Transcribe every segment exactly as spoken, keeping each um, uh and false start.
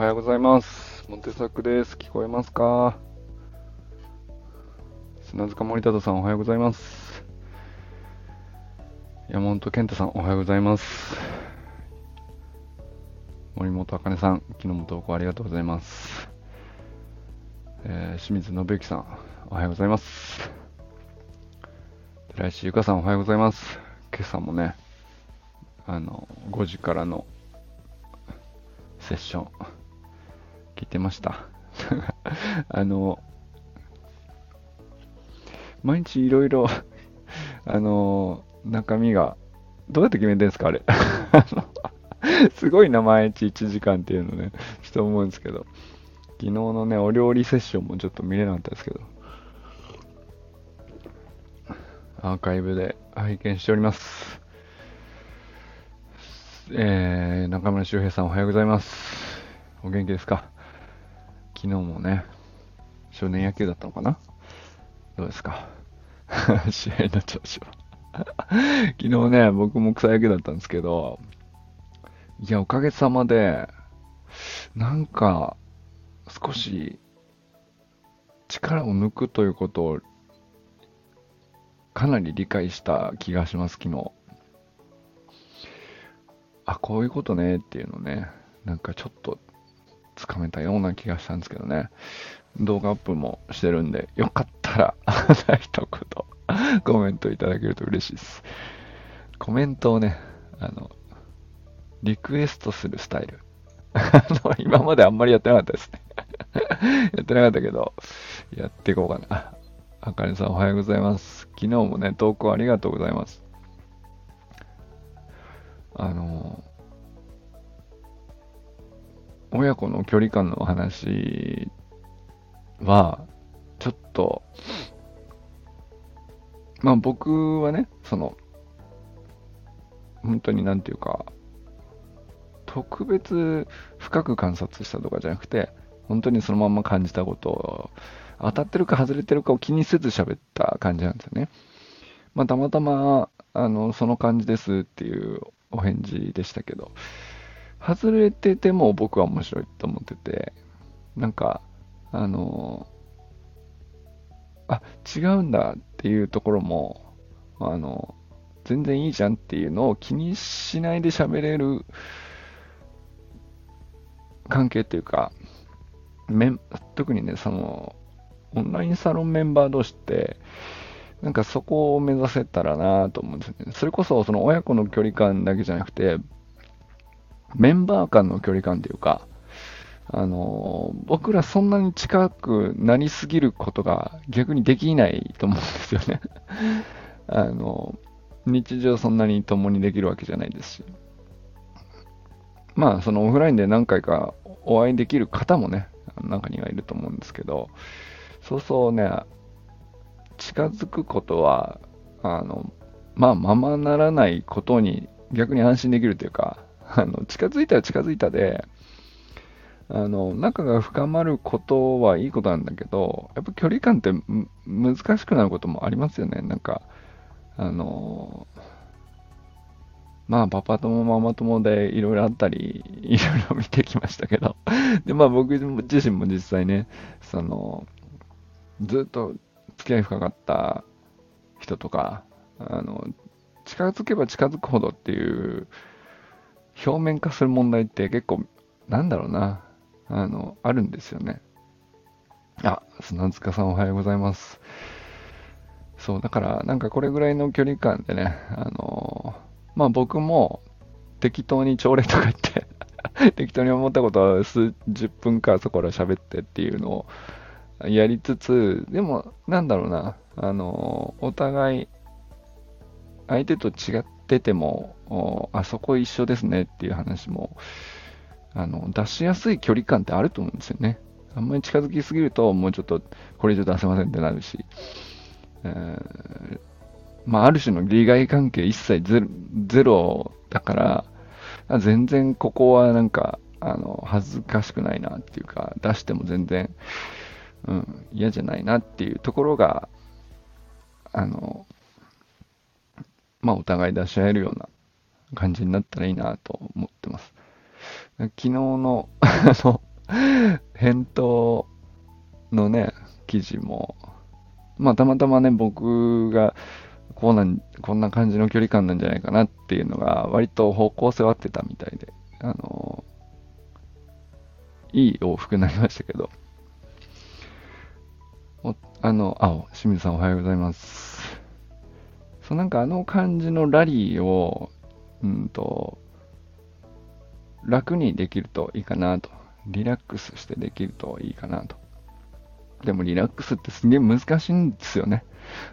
ようございます。モテサクです。聞こえますか？砂塚森忠さんおはようございます。山本健太さんおはようございます。森本茜さん、昨日も投稿ありがとうございます。えー、清水信之さんおはようございます。寺石ゆかさんおはようございます。今朝もね、あのごじからのセッション聞いてました。あの毎日いろいろあの中身がどうやって決めてんですかあれ。すごいな、毎日いちじかんっていうのね、ちょっと思うんですけど、昨日のねお料理セッションもちょっと見れなかったですけど、アーカイブで拝見しております。えー、中村修平さんおはようございます。お元気ですか？昨日もね少年野球だったのかな、どうですか？試合の調子は。昨日ね僕も草野球だったんですけど、いやおかげさまでなんか少し力を抜くということをかなり理解した気がします。昨日、あ、こういうことねっていうのね、なんかちょっとつかめたような気がしたんですけどね。動画アップもしてるんで、よかったら一言コメントいただけると嬉しいです。コメントをね、あのリクエストするスタイルあの今まであんまりやってなかったですね。やってなかったけど、やっていこうかな。あかねさんおはようございます。昨日もね、投稿ありがとうございます。あの、親子の距離感の話は、ちょっと、まあ僕はね、その、本当になんていうか、特別深く観察したとかじゃなくて、本当にそのまま感じたことを、当たってるか外れてるかを気にせず喋った感じなんですよね。まあたまたま、あの、その感じですっていうお返事でしたけど、外れてても僕は面白いと思ってて、なんか、あの、あ、違うんだっていうところも、あの、全然いいじゃんっていうのを気にしないで喋れる関係っていうか、メン特にね、その、オンラインサロンメンバー同士って、なんかそこを目指せたらなと思うんですよね。それこそ、その親子の距離感だけじゃなくて、メンバー間の距離感っていうか、あの、僕らそんなに近くなりすぎることが逆にできないと思うんですよね。あの、日常そんなに共にできるわけじゃないですし。まあ、そのオフラインで何回かお会いできる方もね、中にはいると思うんですけど、そうそうね、近づくことは、あの、まあ、ままならないことに逆に安心できるというか、あの、近づいたら近づいたで、あの、仲が深まることはいいことなんだけど、やっぱ距離感って難しくなることもありますよね。なんか、あの、まあ、パパ友ママ友でいろいろあったり、いろいろ見てきましたけど。で、まあ僕自身も実際ね、その、ずっと付き合い深かった人とか、あの、近づけば近づくほどっていう表面化する問題って結構、なんだろうな、あの、あるんですよね。あ、砂塚さんおはようございます。そう、だから、なんかこれぐらいの距離感でね、あの、まあ僕も適当に朝礼とか言って適当に思ったことは数十分かそこら喋ってっていうのをやりつつ、でも、なんだろうな、あの、お互い相手と違ってても、あそこ一緒ですねっていう話も、あの、出しやすい距離感ってあると思うんですよね。あんまり近づきすぎると、もうちょっとこれ以上出せませんってなるし、えーまあ、ある種の利害関係一切ゼロゼロだから、全然ここはなんか、あの、恥ずかしくないなっていうか、出しても全然、うん、嫌じゃないなっていうところが、あの、まあ、お互い出し合えるような感じになったらいいなと思ってます。昨日の、あの、 返答のね、記事も、まあたまたまね、僕がこうなん、こんな感じの距離感なんじゃないかなっていうのが、割と方向性は合ってたみたいで、あの、いい往復になりましたけど、おあの、あ、清水さんおはようございます。そう、なんかあの感じのラリーを、うんと、楽にできるといいかなと。リラックスしてできるといいかなと。でもリラックスってすげえ難しいんですよね。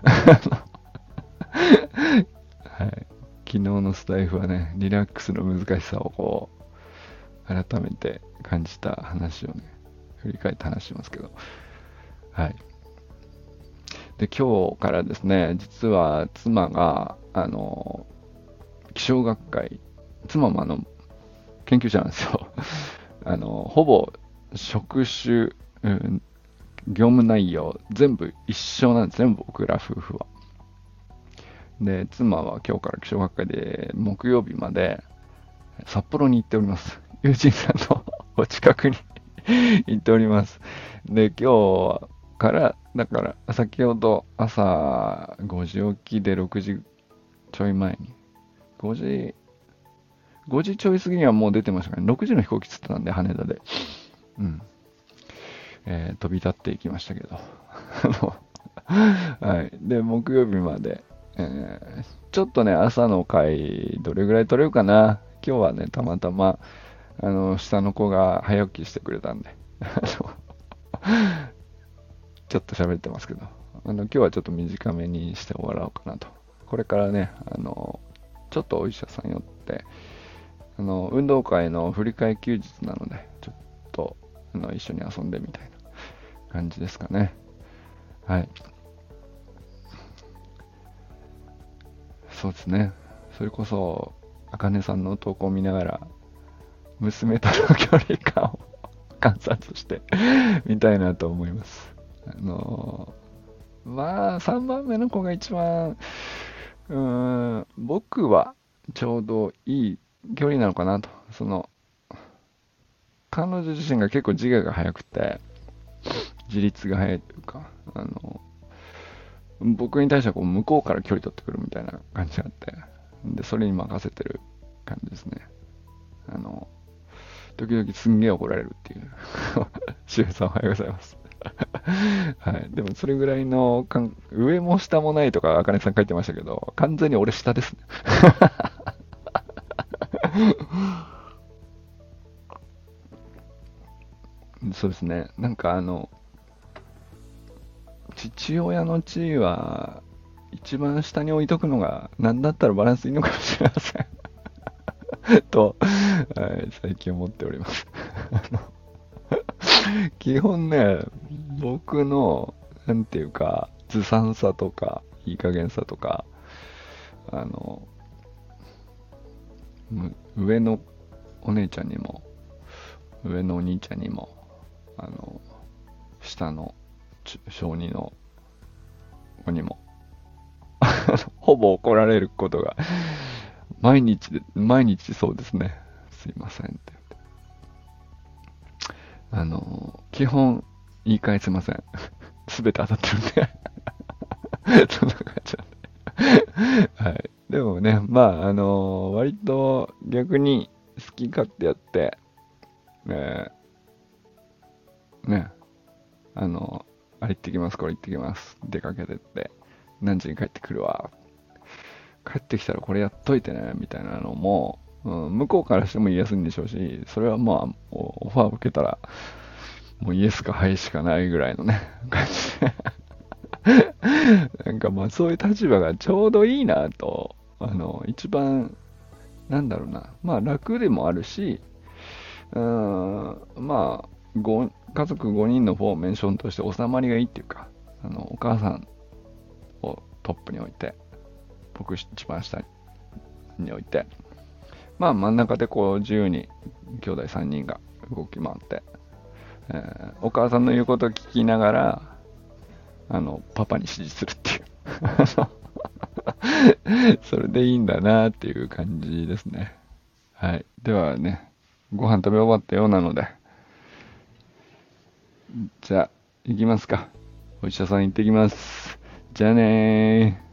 はい。昨日のスタイフはね、リラックスの難しさをこう、改めて感じた話をね、振り返って話しますけど。はい。で、今日からですね、実は妻が、あの、気象学会、妻もあの、研究者なんですよ。あの、ほぼ職種、うん、業務内容、全部一緒なんですね、僕ら夫婦は。で、妻は今日から気象学会で木曜日まで札幌に行っております。友人さんのお近くに行っております。で、今日から、だから、先ほど朝ごじ起きでろくじちょい前に、ごじ、ごじちょい過ぎにはもう出てましたからね、ろくじの飛行機つってたんで、羽田で。うん。えー飛び立っていきましたけど。はい。で、木曜日まで、えーちょっとね、朝の会、どれぐらい取れるかな。今日はね、たまたま、あの、下の子が早起きしてくれたんで、あのちょっと喋ってますけど、あの、今日はちょっと短めにして終わろうかなと。これからね、あの、ちょっとお医者さん寄って、あの、運動会の振り替え休日なので、ちょっと、あの、一緒に遊んでみたいな感じですかね。はい。そうですね。それこそ、あかねさんの投稿を見ながら、娘との距離感を観察してみたいなと思います。あのーまあ、さんばんめの子が一番、うーん、僕はちょうどいい距離なのかなと。その、彼女自身が結構自我が速くて、自立が速いというか、あの、僕に対してはこう向こうから距離取ってくるみたいな感じがあって、で、それに任せてる感じですね。あの、時々すんげえ怒られるっていう。しゅうさんおはようございます。はい。でもそれぐらいのかん、上も下もないとか、あかねさん書いてましたけど、完全に俺下ですね。そうですね。なんかあの、父親の地位は、一番下に置いとくのが、なんだったらバランスいいのかもしれません。と、はい、最近思っております。基本ね、僕の、なんていうか、ずさんさとか、いい加減さとか、あの、上のお姉ちゃんにも、上のお兄ちゃんにも、あの、下の小児の子にも、ほぼ怒られることが、毎日で、毎日そうですね。すいませんって。あの、基本、言い返せません。すべて当たってるんで。そんな感じなんで。はい。でもね、まあ、あの、割と逆に好き勝手やって、えーね、あの、あれ行ってきます、これ行ってきます。出かけてって、何時に帰ってくるわ。帰ってきたらこれやっといてね、みたいなのも、うん、向こうからしても言いやすいんでしょうし、それはまあ、オファーを受けたら、もうイエスかハイしかないぐらいのね、感じで。なんかまあそういう立場がちょうどいいなと、あの、一番、なんだろうな、まあ楽でもあるし、うーん、まあ、ご家族ごにんのフォーメーションとして収まりがいいっていうか、あの、お母さんをトップに置いて、僕一番下に置いて、まあ真ん中でこう自由に兄弟さんにんが動き回って、えーお母さんの言うことを聞きながら、あの、パパに指示するっていう。それでいいんだなっていう感じですね。はい。ではね、ご飯食べ終わったようなので、 じゃあ、行きますか。お医者さん行ってきます。じゃあねー。